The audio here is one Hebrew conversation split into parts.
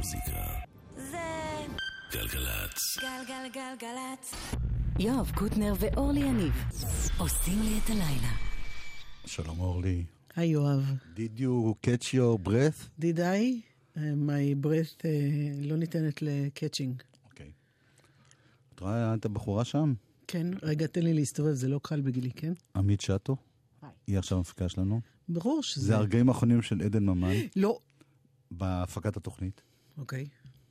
המוזיקה זה גלגלצ. גלגלגלגלצ. יואב קוטנר ואורלי יניב עושים לי את הלילה. שלום אורלי. היי יואב. Did you catch your breath? Did I? My breath לא ניתנת לקאצ'ינג. אוקיי. את רואה את הבחורה שם? כן, רגע תן לי להסתובב, זה לא קל בגילי, כן? עמית שטו. היי. היא עכשיו המפיקה שלנו. ברור שזה... זה הרגעים האחרונים של עדן ממן. לא. בהפקת התוכנית. אוקיי.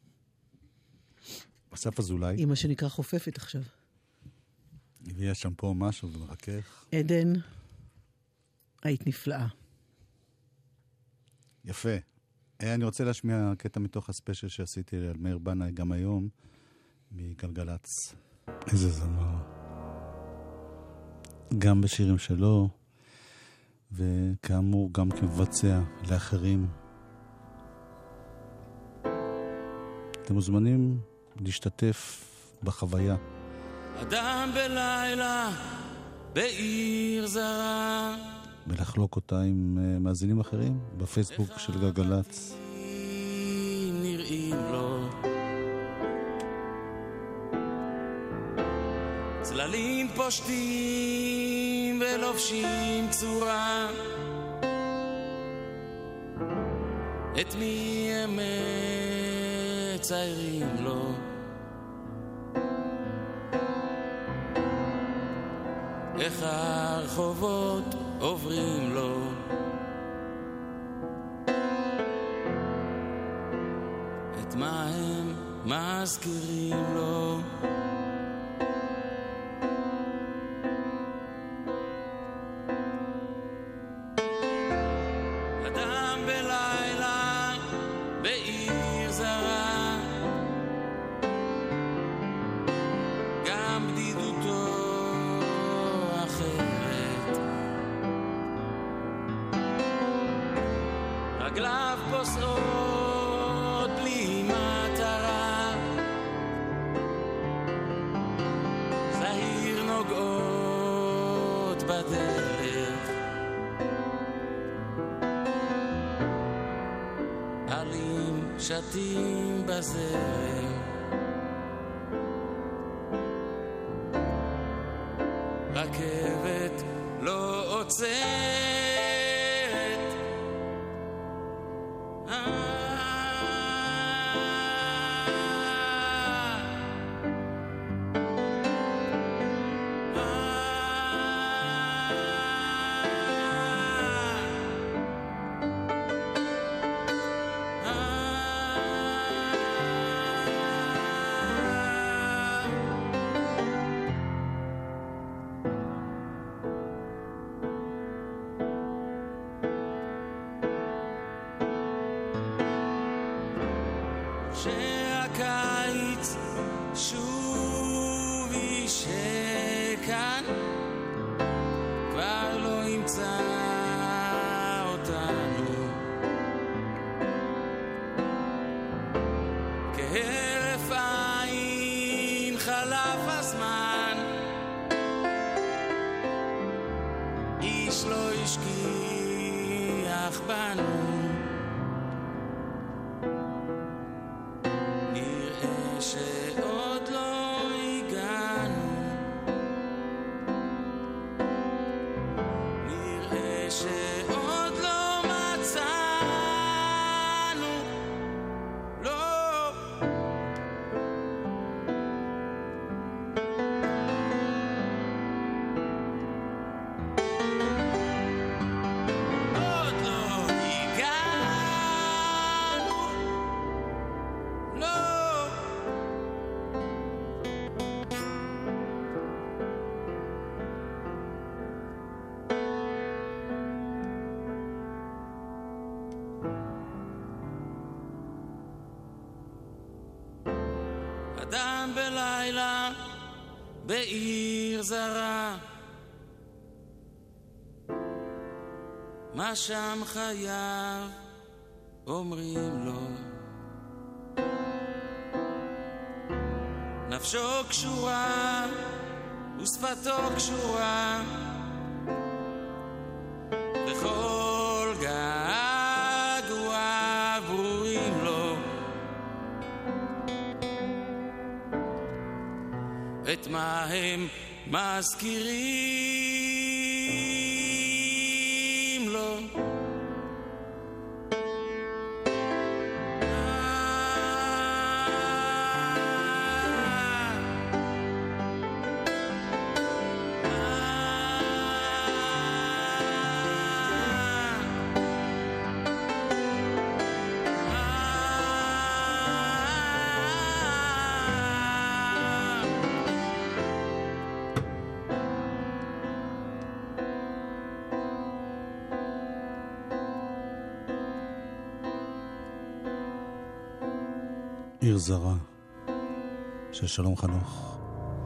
אסף אזולאי. היא מה שנקרא חופפת עכשיו. ויש שם פה משהו ומרכך. עדן, היית נפלאה. יפה. אני רוצה להשמיע קטע מתוך הספיישל שעשיתי על מאיר בנאי גם היום, מגלגלץ. איזה זמר. גם בשירים שלו, וכאמור גם כמבצע לאחרים. אתם מוזמנים להשתתף בחוויה. אדם בלילה, בעיר זרה, ולחלוק אותה עם מאזינים אחרים בפייסבוק של גלגלץ. נראים לו צללים פושטים ולובשים צורה, את מי הם מציירים לו? איך הרחובות עוברים לו? את מה הם מזכירים לו? אדם בלילה בעיר זרה, גם בדידותו אחרת, רגליו פוסעות בלי מטרה, זהיר נוגעות בדרך, עלים שתים בזרם, רכבת לא עוצרת, שהקיץ שוב ישכן, כבר לא ימצא אותנו, כהרף עין חלף הזמן, איש לא השכיח בנו, שעוד לא הגענו, נראה שעוד לא מצאנו, לא. עוד לא הגענו, לא. אדם בלילה בעיר זרה, מה שם חייו אומרים לו? נפשו קשורה ושפתו קשורה, וכל געגוע ברורים לו. את מה הם מזכירים לו. עיר זרה של שלום חנוך.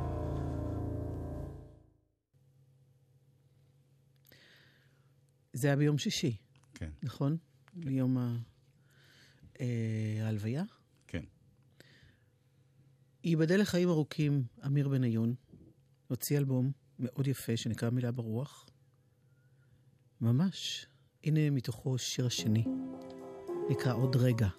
זה היה ביום שישי, כן. נכון? ביום ההלוויה? כן. ייבדל לחיים ארוכים, אמיר בניון הוציא אלבום מאוד יפה שנקרא מילה ברוח. ממש. הנה מתוכו שיר השני, נקרא עוד רגע.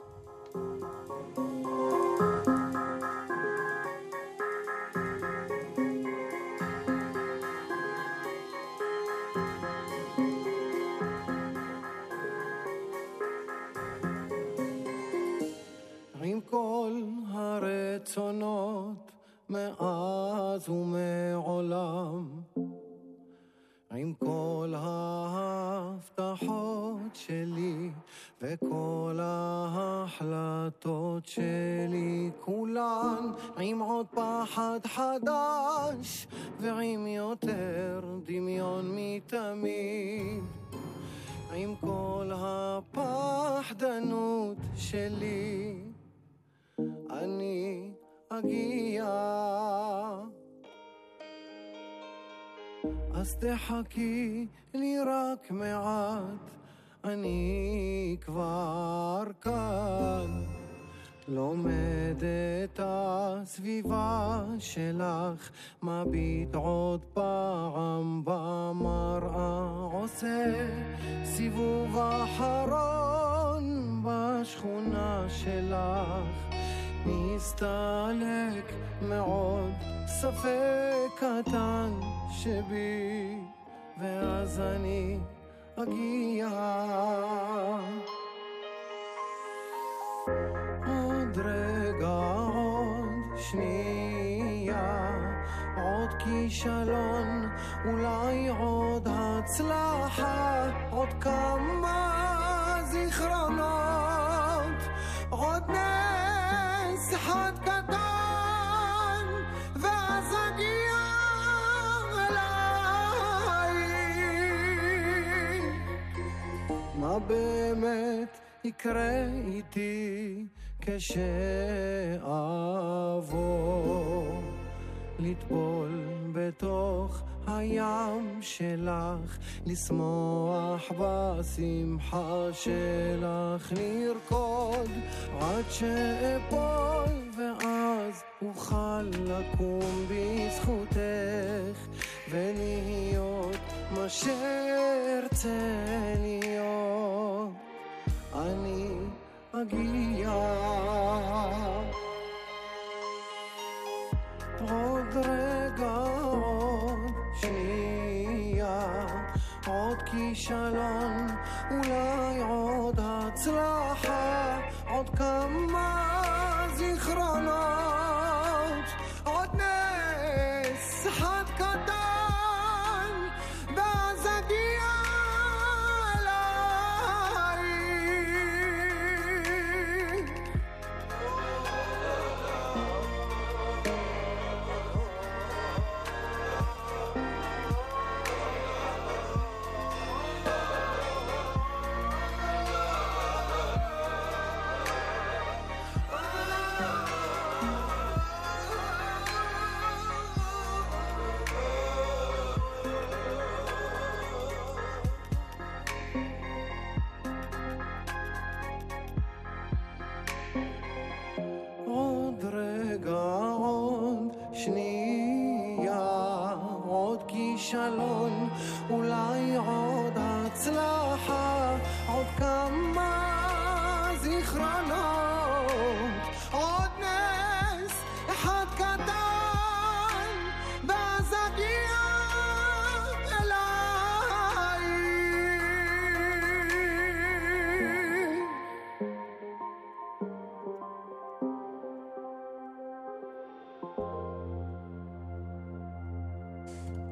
עם כל הרצונות מאז ומעולם, עם כל ההבטחות שלי וכל ההחלטות שלי כולן, עם עוד פחד חדש ועם יותר דמיון מתמיד, עם כל הפחדנות שלי אני אגיע. אז תחכי לי רק מעט, אני כבר כאן, לומד את הסביבה שלך, מביט עוד פעם במראה, עושה סיבוב אחרון בשכונה שלך, מסתלק מאוד ספק קטן שבי, ואז אני אגיע. עוד רגע, עוד שנייה, עוד כישלון, אולי עוד הצלחה, עוד כמה זיכרונות, עוד נס אחד קטן, ואז אגיע אליי. מה באמת יקרה איתי כשאבוא לטבול בתוך הים שלך, לשמוח בשמחה שלך, לרקוד עד שאפול, ואז אוכל לקום בזכותך ולהיות מה שארצה להיות. אני אגיע. עוד רגע, עוד שנייה, עוד כישלון, אולי עוד הצלחה, עוד כמה זיכרונות, עוד נס אחד קטן, ואז אגיע אליי. עוד רגע, עוד שנייה, עוד כישלון, אולי עוד הצלחה, עוד כמה זיכרונות, עוד נס אחד קטן,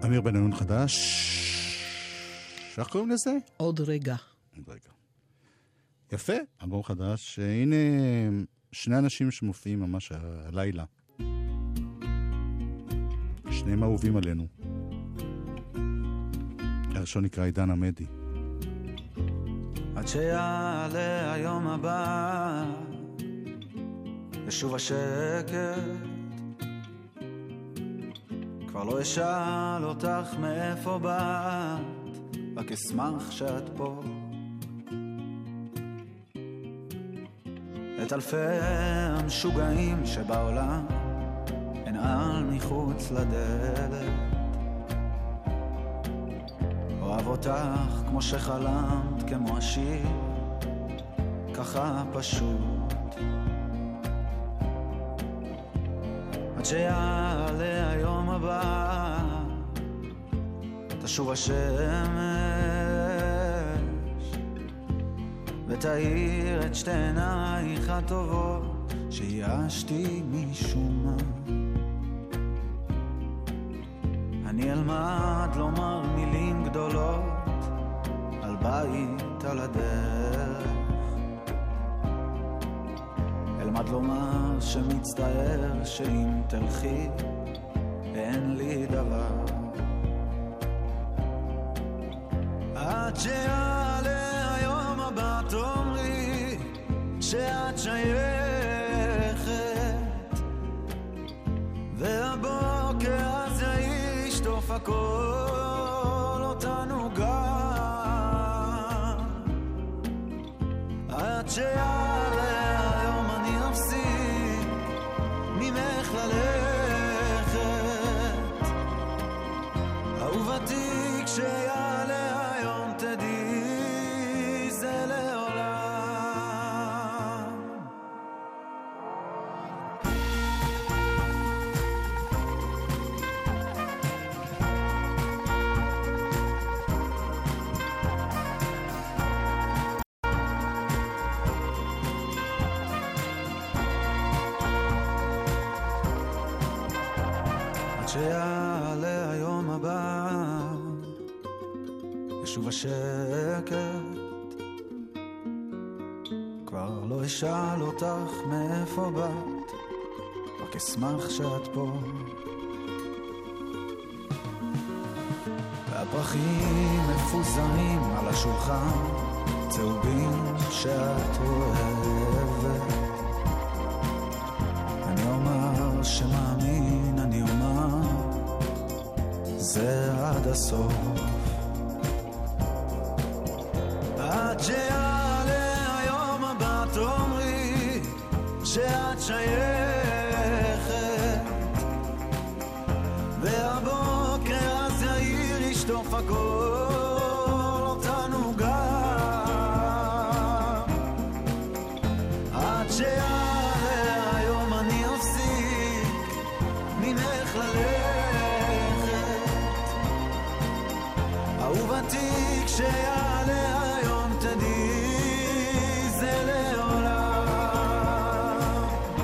אמיר בן-נון חדש. איך קוראים לזה? עוד רגע. עוד רגע. יפה, אלבום חדש. הנה שני אנשים שמופיעים ממש הלילה. שניהם אהובים עלינו. הראשון נקרא עידן עמדי. עד שיעלה היום הבא ישוב השקט, כבר לא אשאל אותך מאיפה באת, רק אשמח שאת פה. את אלפי המשוגעים שבעולם אנעל מחוץ לדלת, אוהב אותך כמו שחלמת, כמו השיר, ככה פשוט. עד שיעלה היום הבא תשוב השמש ותאיר את שתי עינייך הטובות שייאשתי משום מה. אני אלמד לומר מילים גדולות על בית על הדרך, אלמד לומר שמצטער שאם תלכי אין לי דבר. עד שיעלה היום הבא תאמרי שאת שייכת, והבוקר הזה ישטוף הכל אותנו גם. עד שיעלה היום אני אפסיק ממך ללכת, אהובתי כשיעלה היום תדעי זה לעולם. עד שיעלה היום הבא ישוב השקט, כבר לא אשאל אותך מאיפה באת, רק אשמח שאת פה. והפרחים מפוזרים על השולחן, צהובים שאת אוהבת. אני אומר שמאמין, אני אומר זה עד הסוף. עד שיעלה היום הבא תאמרי שאת שייכת, והבוקר אז יאיר ישטוף הכל אותנו גם. עד שיעלה היום אני אפסיק ממך ללכת, אהובתי כשיעלה היום תדעי זה לעולם.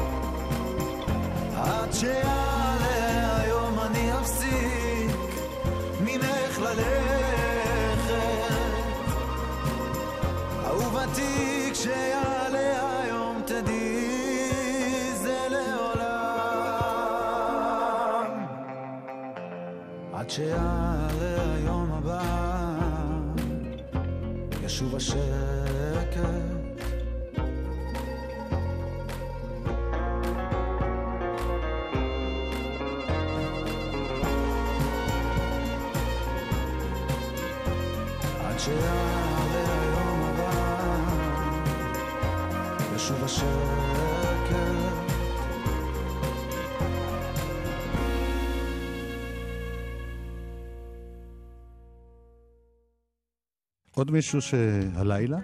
עד שיעלה היום אני אפסיק ממך ללכת, אהובתי כשיעלה היום תדעי זה לעולם. עד שיעלה היום הבא ישוב השקט, עד שיעלה היום הבא ישוב השקט. עוד מישהו שהלילה?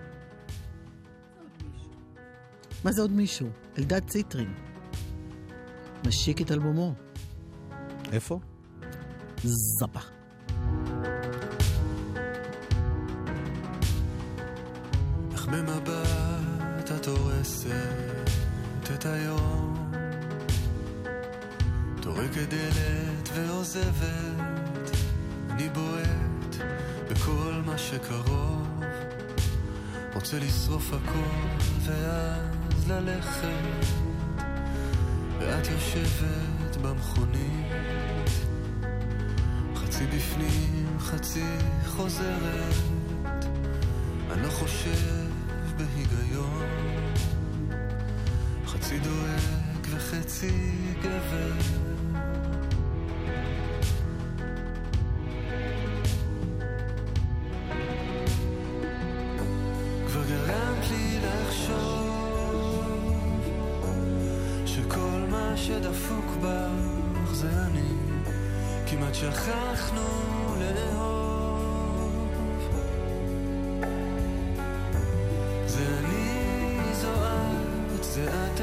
מה זה עוד מישהו? אלדד ציטרין. משיק את אלבומו. איפה? זפה. אך במבט את הורסת את היום, טורקת דלת ועוזבת אני בועט בכל מה שקרוב, רוצה לשרוף הכל ואז ללכת, ואת יושבת במכונית, חצי בפנים חצי חוזרת, אני לא חושב בהיגיון, חצי דואג וחצי גבר, כבר גרמת לי לחשוב שכל מה שדפוק בך זה אני, כמעט שכחנו לאהוב, זה אני, זו את, זה את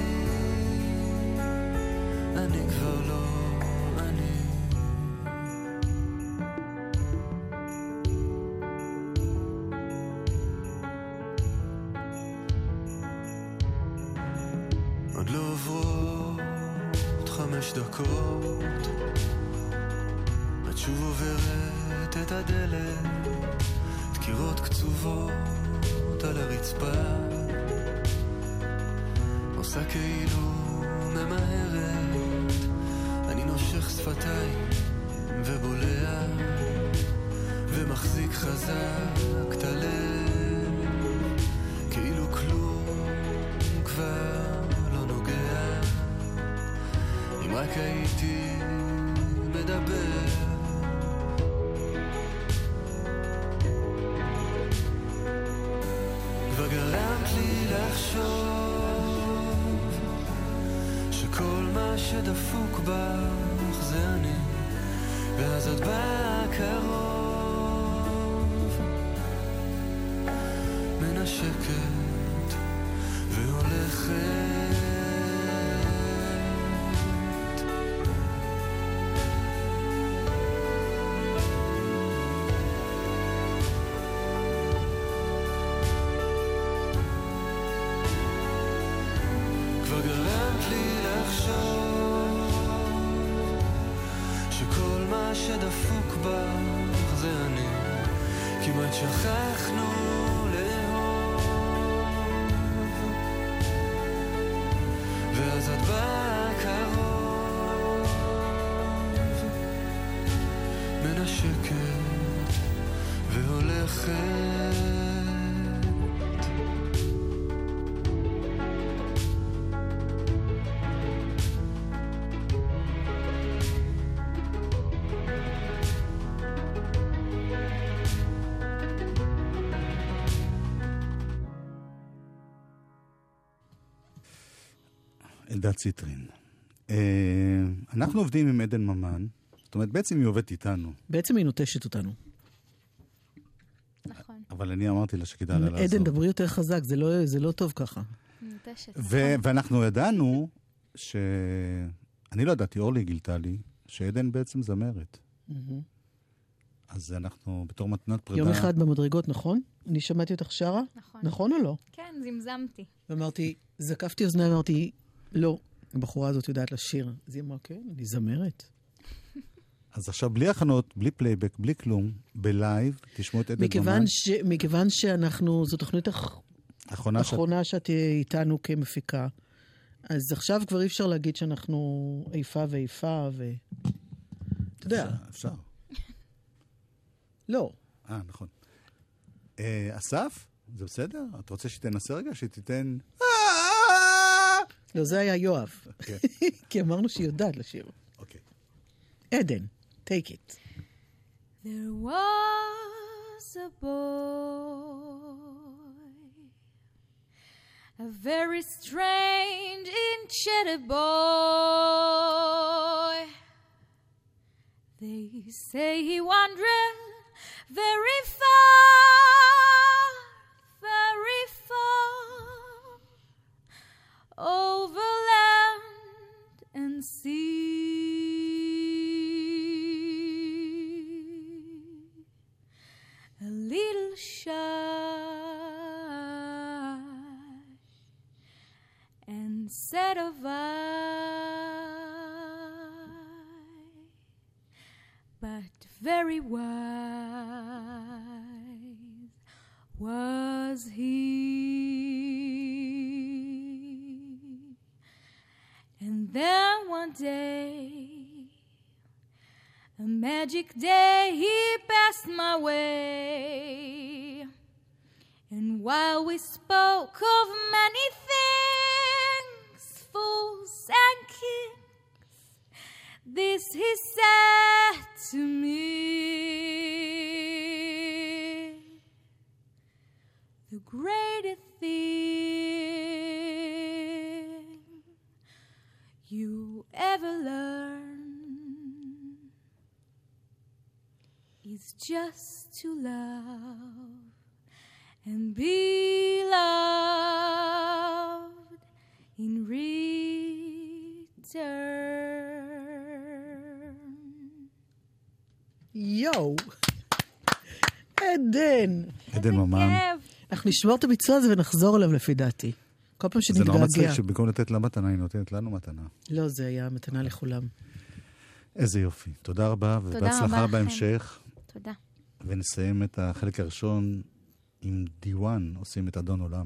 אני כבר לא אני. עוד לא עוברות 5 דקות, את שוב עוברת את הדלת, דקירות קצובות על הרצפה, עושה כאילו ממהרת, אני נושך שפתיים ובולע ומחזיק חזק את הלב, כאילו כלום כבר לא נוגע, אם רק הייתי מדבר, כבר גרמת לי לחשוב שכל מה שדפוק בך זה אני, ואז את באה קרוב, מנשקת והולכת, כבר גרמת לי לחשוב שכל מה שדפוק בך זה אני, כמעט שכחנו לאהוב, ואז את באה קרוב, מנשקת והולכת, אלדד ציטרין. אנחנו עובדים עם עדן ממן, זאת אומרת, בעצם היא עובדת איתנו. בעצם היא נוטשת אותנו. נכון. אבל אני אמרתי לה שכדאי לה לעזור. עדן, דברי יותר חזק, זה לא טוב ככה. נוטשת. ואנחנו ידענו אני לא ידעתי, אורלי גילתה לי, שעדן בעצם זמרת. אז אנחנו בתור מתנת פרידה... יום אחד במדרגות, נכון? אני שמעתי אותך שרה? נכון. נכון או לא? כן, זמזמתי. ואמרתי, זקפתי אוזניים, אמרתי, לא, הבחורה הזאת יודעת לשיר. אז היא אמרה, כן, אני זמרת. אז עכשיו בלי הכנות, בלי פלייבק, בלי כלום, בלייב, תשמעו את עדן ממן. מכיוון שאנחנו, זו תוכנית האחרונה שאת איתנו כמפיקה, אז עכשיו כבר אי אפשר להגיד שאנחנו איפה ואיפה אתה יודע. אפשר. לא. נכון. אסף, זה בסדר? את רוצה שתנסה רגע? שתיתן... לא, זה היה יואב. כי אמרנו שהיא יודעת לשיר. אוקיי. עדן, take it. There was a boy, a very strange, enchanted boy. They say he wandered very far, very far, over land and sea. A little shy and set of eye, but very wise was he. And then one day, a magic day, he passed my way. And while we spoke of many things, fools and kings, this he said to me: the greatest thing you ever learn is just to love and be loved in return. יואו. עדן. עדן ממן. אנחנו נשמור את הביצוע הזה ונחזור אליו לפי דעתי. כל פעם שנתגעגע. זה נורא מצחיק שבמקום לתת לה מתנה, היא נותנת לנו מתנה. לא, זה היה מתנה לכולם. איזה יופי. תודה רבה, ובהצלחה בהמשך. תודה. ונסיים את החלק הראשון עם דיוואן, עושים את אדון עולם.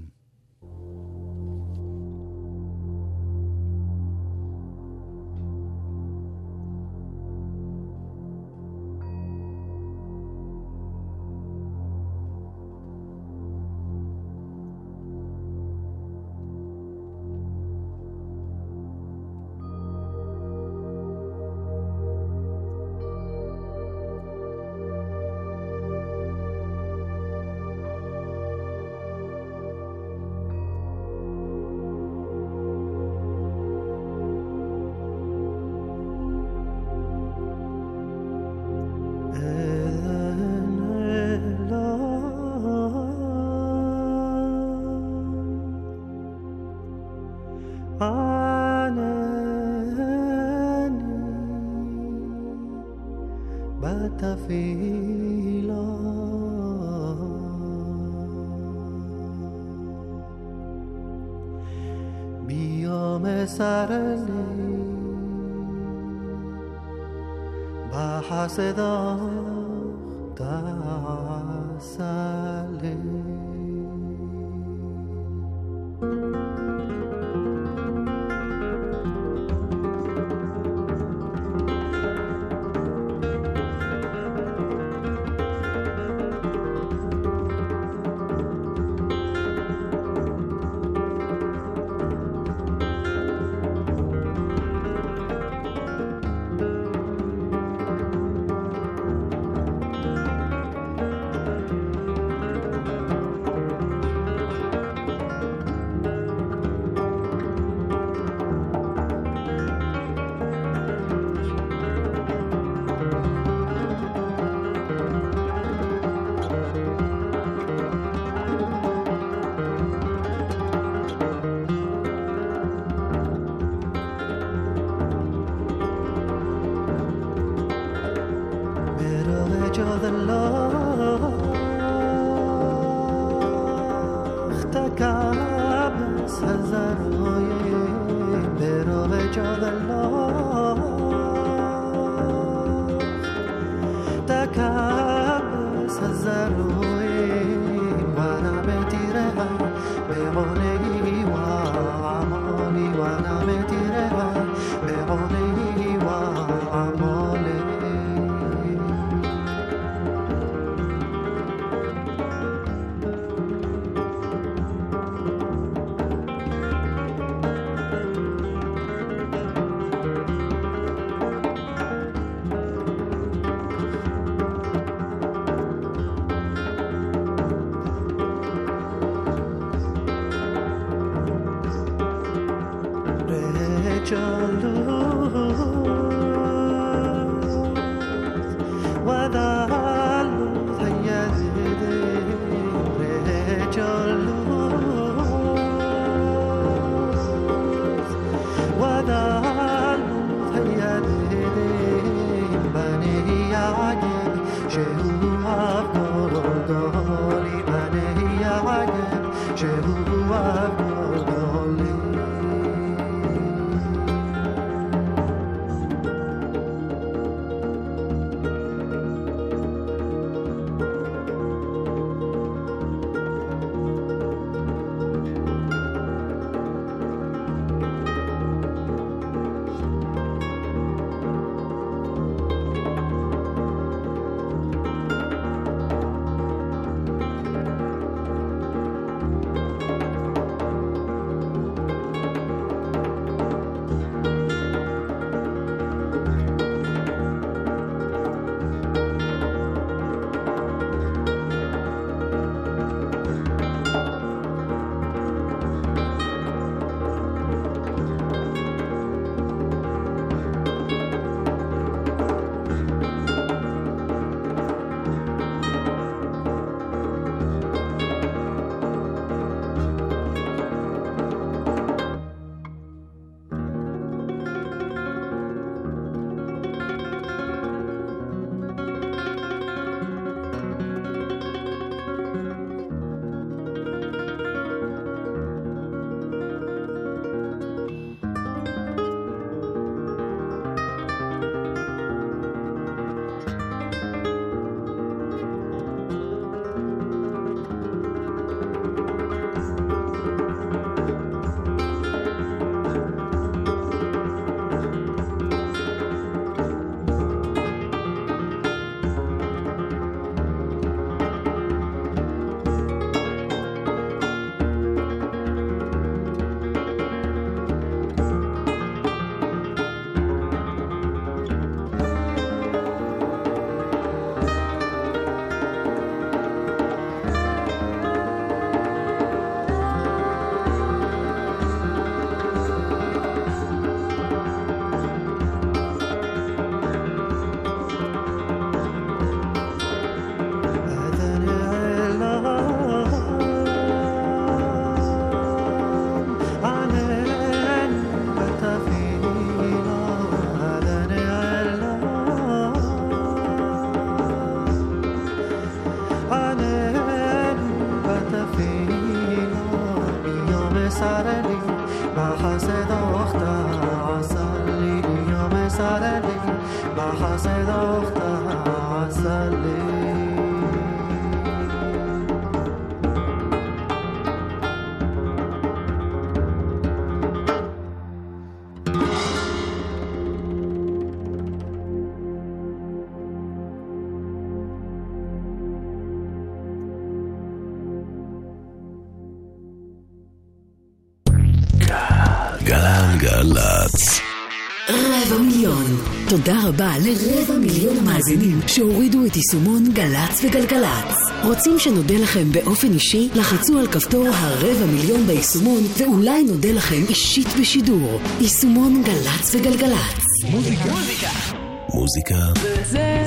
גלגלצ. 250,000. תודה רבה ל250,000 המאזינים שהורידו את יישומון גלץ וגלגלץ. רוצים שנודה לכם באופן אישי? לחצו על כפתור 250,000 ביישומון ואולי נודה לכם אישית בשידור. יישומון גלץ וגלגלץ. מוזיקה זה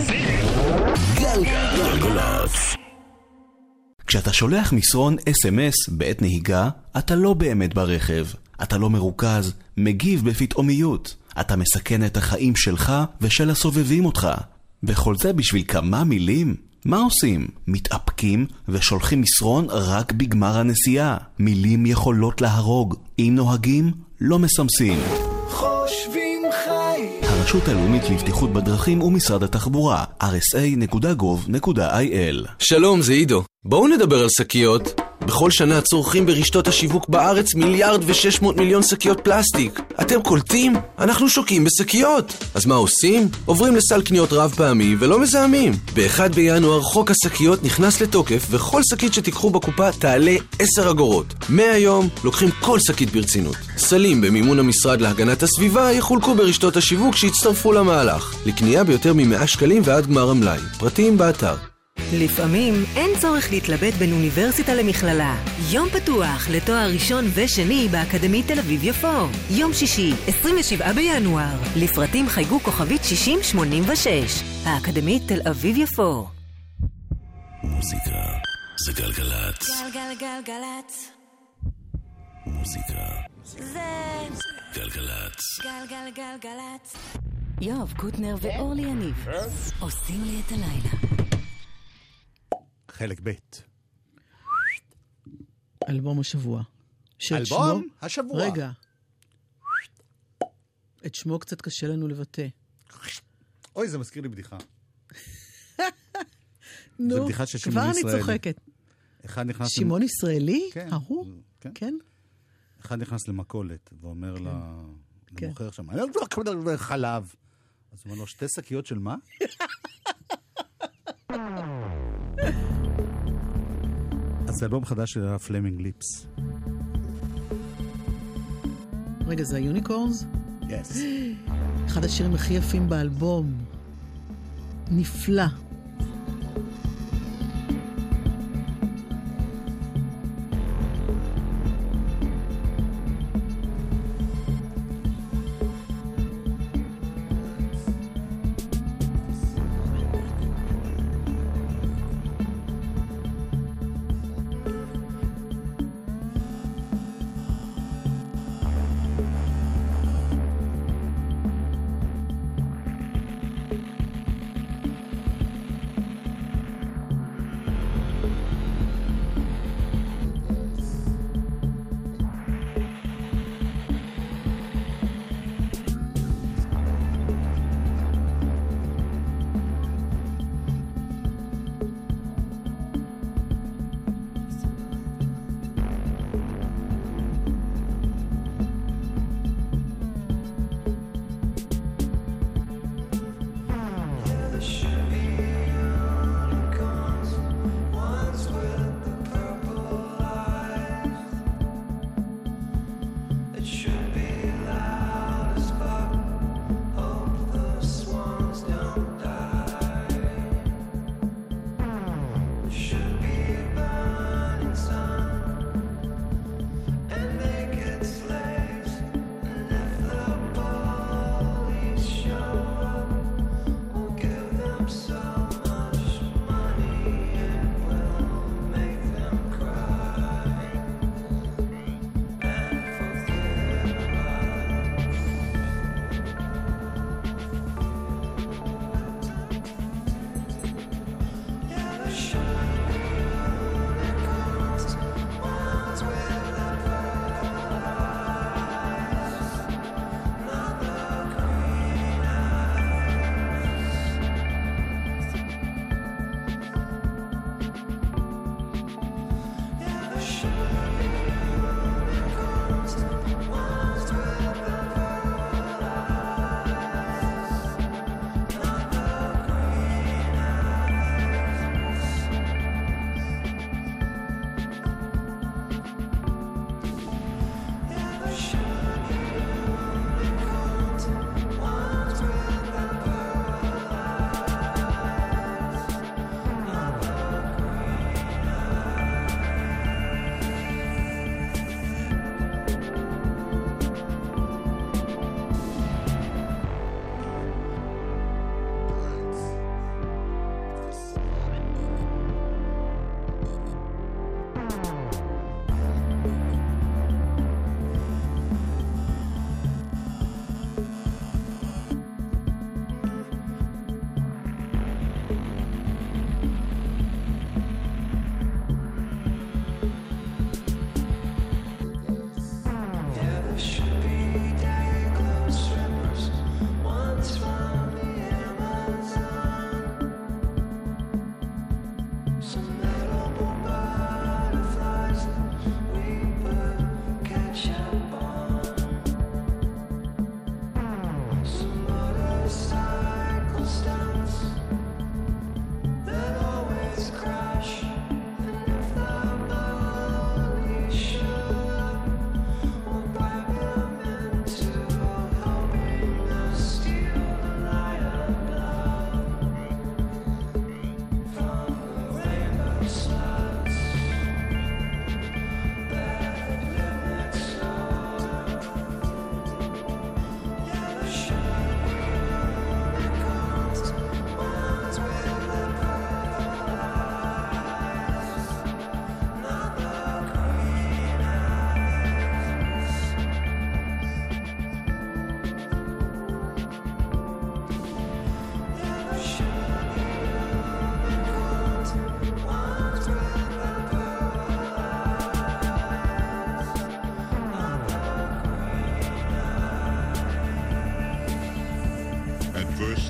גלגלצ. כשאתה שולח מסרון SMS בעת נהיגה, אתה לא באמת ברכב. אתה לא מרוכז, מגיב בפתאומיות. אתה מסכן את החיים שלך ושל הסובבים אותך. וכל זה בשביל כמה מילים? מה עושים? מתאפקים ושולחים מסרון רק בגמר הנסיעה. מילים יכולות להרוג. אם נוהגים, לא מסמסים. חושבים חי. הרשות הלאומית לבטיחות בדרכים ומשרד התחבורה, rsa.gov.il. שלום, זה עידו. בואו נדבר על שקיות. בכל שנה צורכים ברשתות השיווק בארץ 1.6 מיליארד שקיות פלסטיק. אתם קולטים? אנחנו שוקים בשקיות. אז מה עושים? עוברים לסל קניות רב פעמי ולא מזהמים. ב-1 בינואר חוק השקיות נכנס לתוקף וכל שקית שתיקחו בקופה תעלה 10 אגורות. מהיום לוקחים כל שקית ברצינות. סלים במימון המשרד להגנת הסביבה יחולקו ברשתות השיווק שהצטרפו למהלך. לקנייה ביותר מ100 שקלים ועד גמר המלאי. פרטים באתר. לפעמים אין צורך להתלבט בין אוניברסיטה למכללה. יום פתוח לתואר ראשון ושני באקדמית תל אביב יפו. יום שישי, 27 בינואר. לפרטים חייגו כוכבית 6086. האקדמית תל אביב יפו. מוזיקה זה גלגלצ. גלגלגלגלצ. מוזיקה זה גלגלצ. גלגלגלגלצ. יואב קוטנר ואורלי יניב עושים לי את הלילה. חלק ב'. אלבום השבוע. אלבום השבוע. רגע. את שמו קצת קשה לנו לבטא. אוי, זה מזכיר לי בדיחה. נו, זה בדיחה של שמעון ישראלי. כבר אני צוחקת. שמעון ישראלי? כן. ההוא? כן. אחד נכנס למכולת ואומר למוכר שם, אני לא חלב. אז הוא אומר לו, 2 שקיות של מה? אז זה אלבום חדש של פלמינג ליפס. רגע, זה היוניקורנס? Yes. אחד השירים הכי יפים באלבום. נפלא.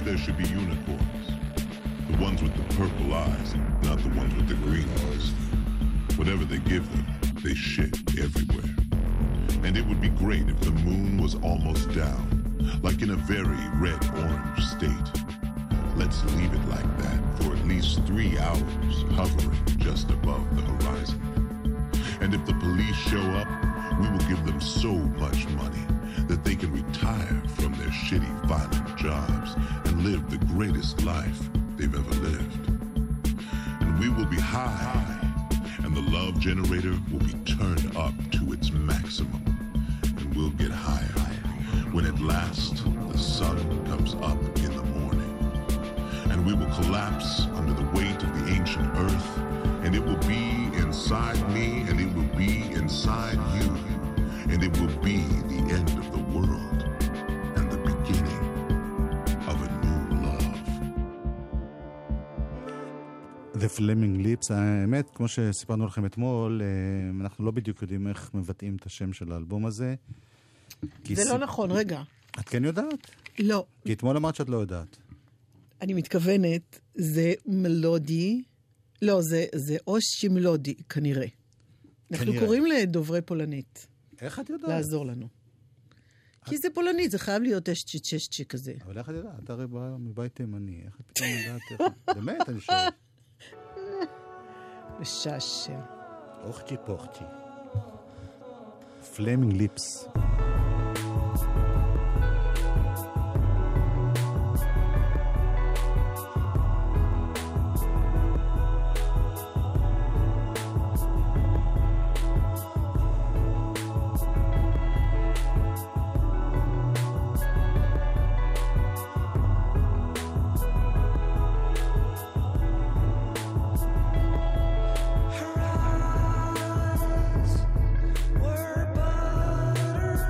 there should be unicorns. The ones with the purple eyes, not the ones with the green ones. Whatever they give them, they shit everywhere. And it would be great if the moon was almost down, like in a very red-orange state. Let's leave it like that for at least 3 hours, hovering just above the horizon. And if the police show up, we will give them so much money that they can retire from their shitty, violent jobs and live the greatest life they've ever lived. And we will be high, and the love generator will be turned up to its maximum. And we'll get higher when at last the sun comes up in the morning. And we will collapse under the weight of the ancient earth, and it will be inside me, and it will be inside you, and it will be the end of the world and the beginning of a new love. The Flaming Lips, האמת, כמו שסיפרנו לכם אתמול, אנחנו לא בדיוק יודעים איך מבטאים את השם של האלבום הזה. זה לא נכון, רגע. את כן יודעת? לא. כי אתמול אמרת שאת לא יודעת. אני מתכוונת, זה מלודי, לא, זה אושי מלודי, כנראה. אנחנו קוראים לדוברי פולנית. איך את יודעת? לעזור לנו. כי זה פולנית, זה חייב להיות אשצ'י כזה. אבל איך את יודעת? את הרי באה מבית תימני. איך את פתאום יודעת? באמת, אני שואל. משעשע. אוכצ'י פוכצ'י. Flaming Lips. Were butter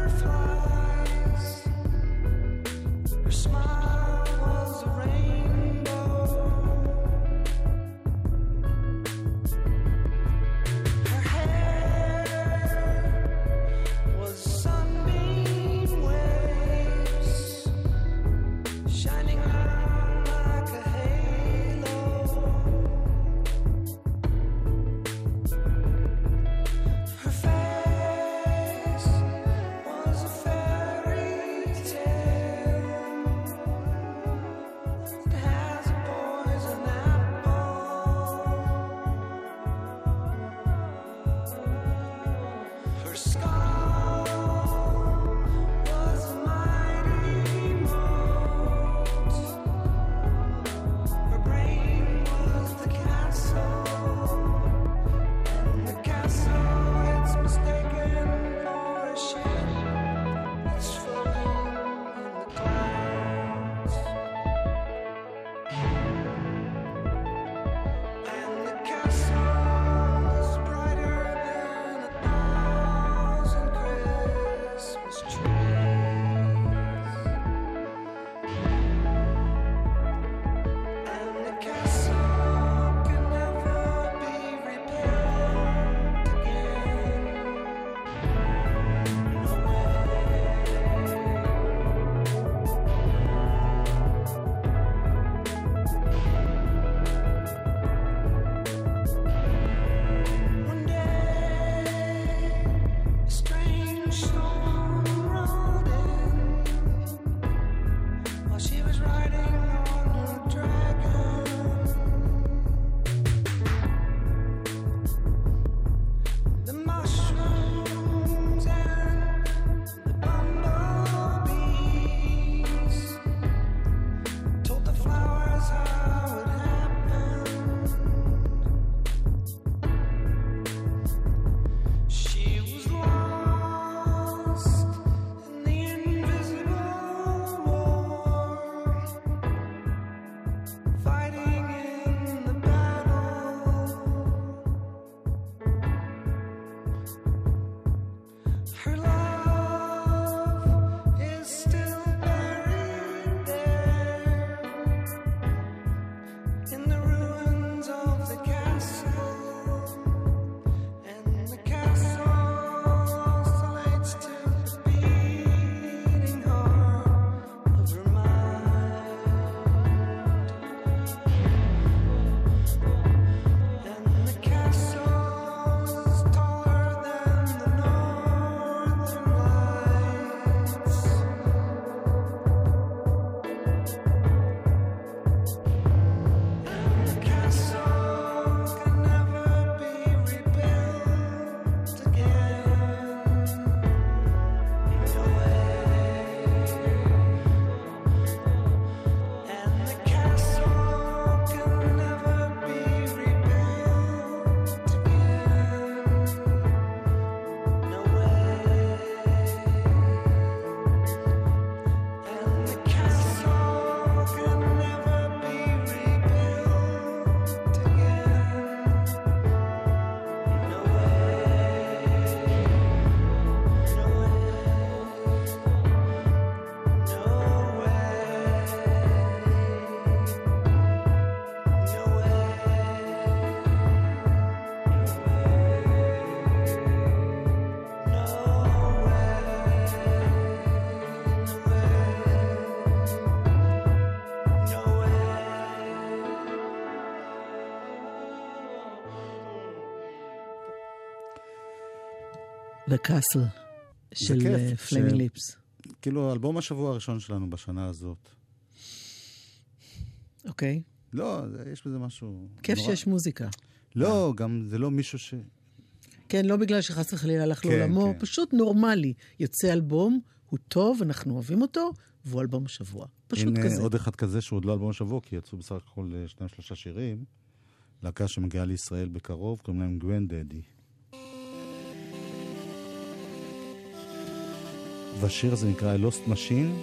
The Castle של Flaming Lips. כאילו, אלבום השבוע הראשון שלנו בשנה הזאת. אוקיי. לא, יש בזה משהו... כיף שיש מוזיקה. לא, גם זה לא מישהו ש... כן, לא בגלל שחס וחלילה הלך לעולמו, פשוט נורמלי. יוצא אלבום, הוא טוב, אנחנו אוהבים אותו, והוא אלבום השבוע. פשוט כזה. הנה עוד אחד כזה שהוא עוד לא אלבום השבוע, כי יצאו בסך הכל 2-3 שירים. להקה שמגיעה לישראל בקרוב, קוראים להם גרנדדי. והשיר הזה נקרא Lost Machine.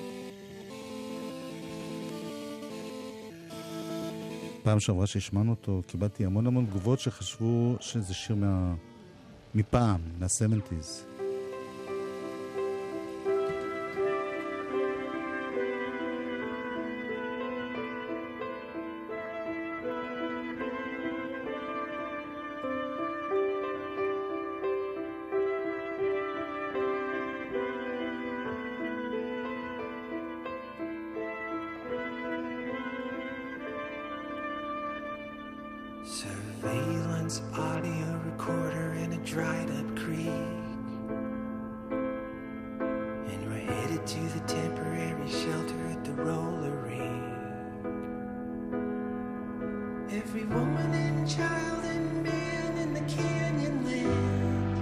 פעם שעברה שהשמענו אותו, קיבלתי המון תגובות שחשבו שזה שיר מפעם, מה-70s. Surveillance audio recorder in a dried up creek, and we're headed to the temporary shelter at the roller rink. Every woman and child and man in the canyon land,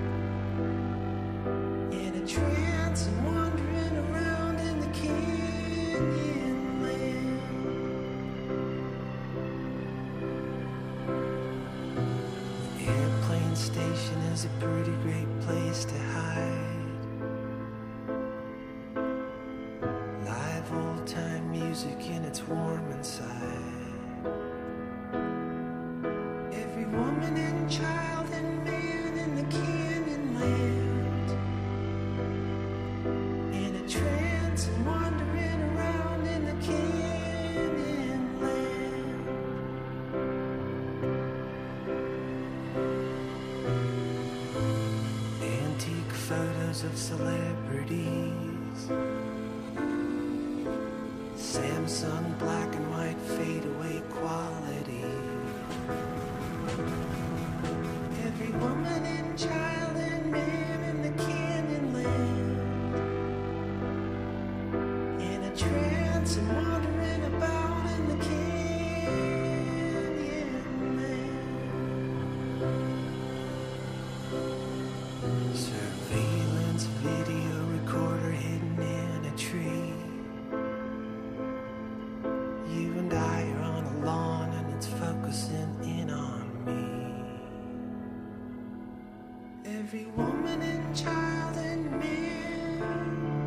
in a trance and wandering around in the canyon land. Airplane station is a pretty great place to hide. Live old-time music and it's warm inside. Every woman and child and man in the canyon land, in a trance and wandering around in the canyon land. Antique photos of celebrities, Samsung black and white fade-away quality. Every woman and child and man in the canyon land, in a trance and wandering about in the canyon land. Surveillance video recorder hidden in a tree. You and I are on a lawn and it's focusing in on me. Every woman and child and man,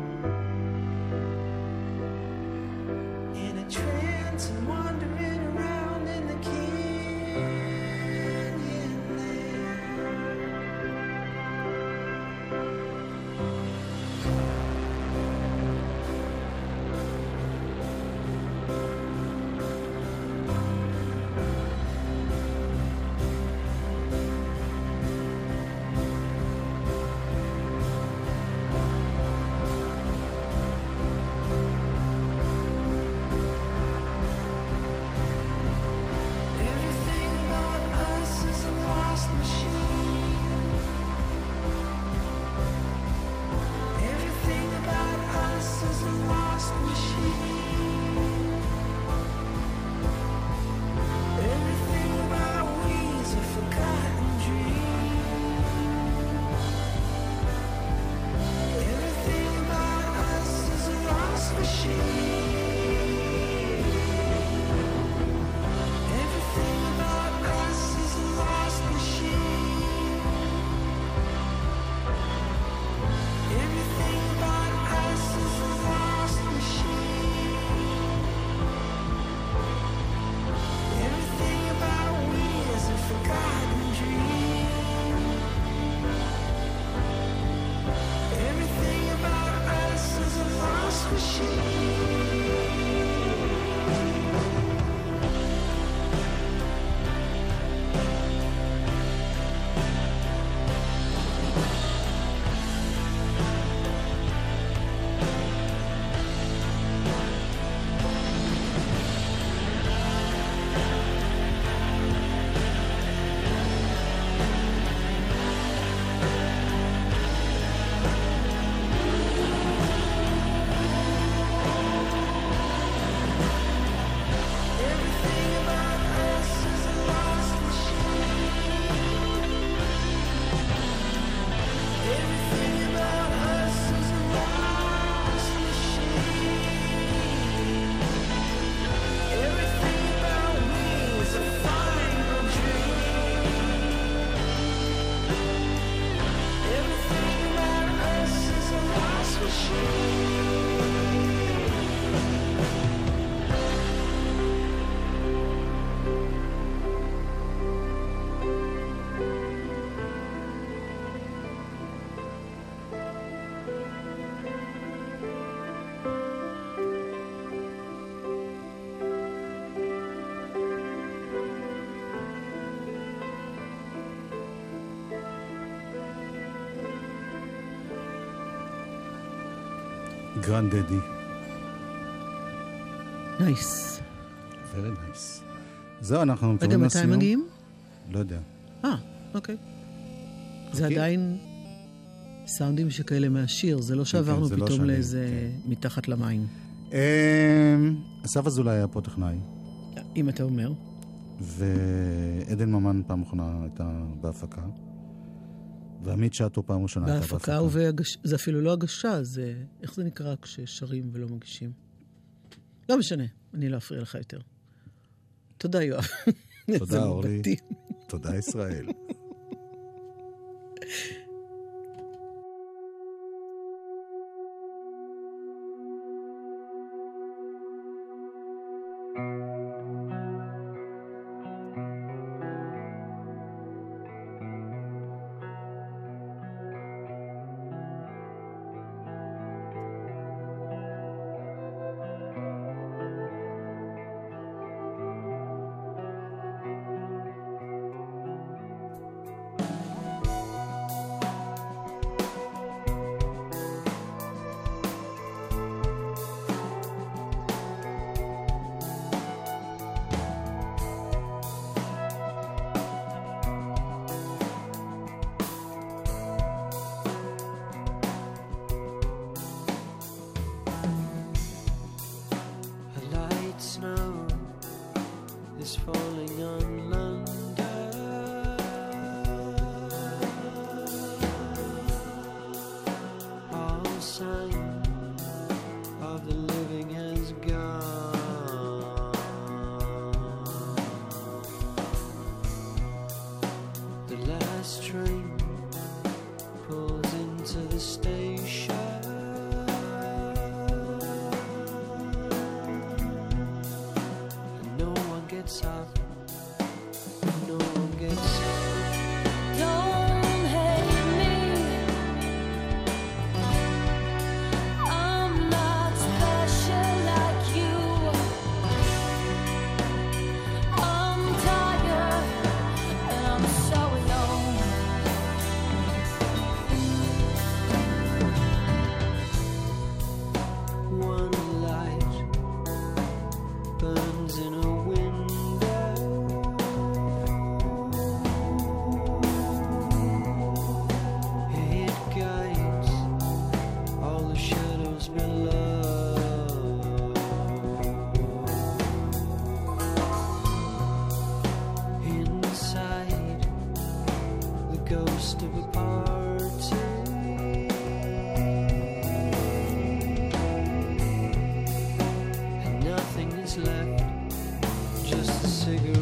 in a trance and wandering around in the canyon land. Everything about us is a lost machine. Everything about us is a lost machine. Everything about we is a forgotten dream. Everything about us is a lost machine. Everything about us is a lost machine. Everything about us is a lost machine. Everything about we is a forgotten dream. Everything about us is a lost machine. גרנד דדי. נייס. very nice. זהו, אנחנו רגע, מתי הם מגיעים? לא יודע. אוקיי. זה עדיין סאונדים שכאלה מהשיר, זה לא שעברנו פתאום לאיזה מתחת למים. אסף אזולאי היה פה טכנאי. אם אתה אומר. ועדן ממן פעם אחרונה הייתה בהפקה. ועמית שעתו פעם ראשונה הייתה בהפקה. זה אפילו לא הגשה, זה... איך זה נקרא כששרים ולא מגישים? לא משנה, אני לא אפריע לך יותר. תודה, יואב. תודה, אורלי. תודה, ישראל. Cigarette.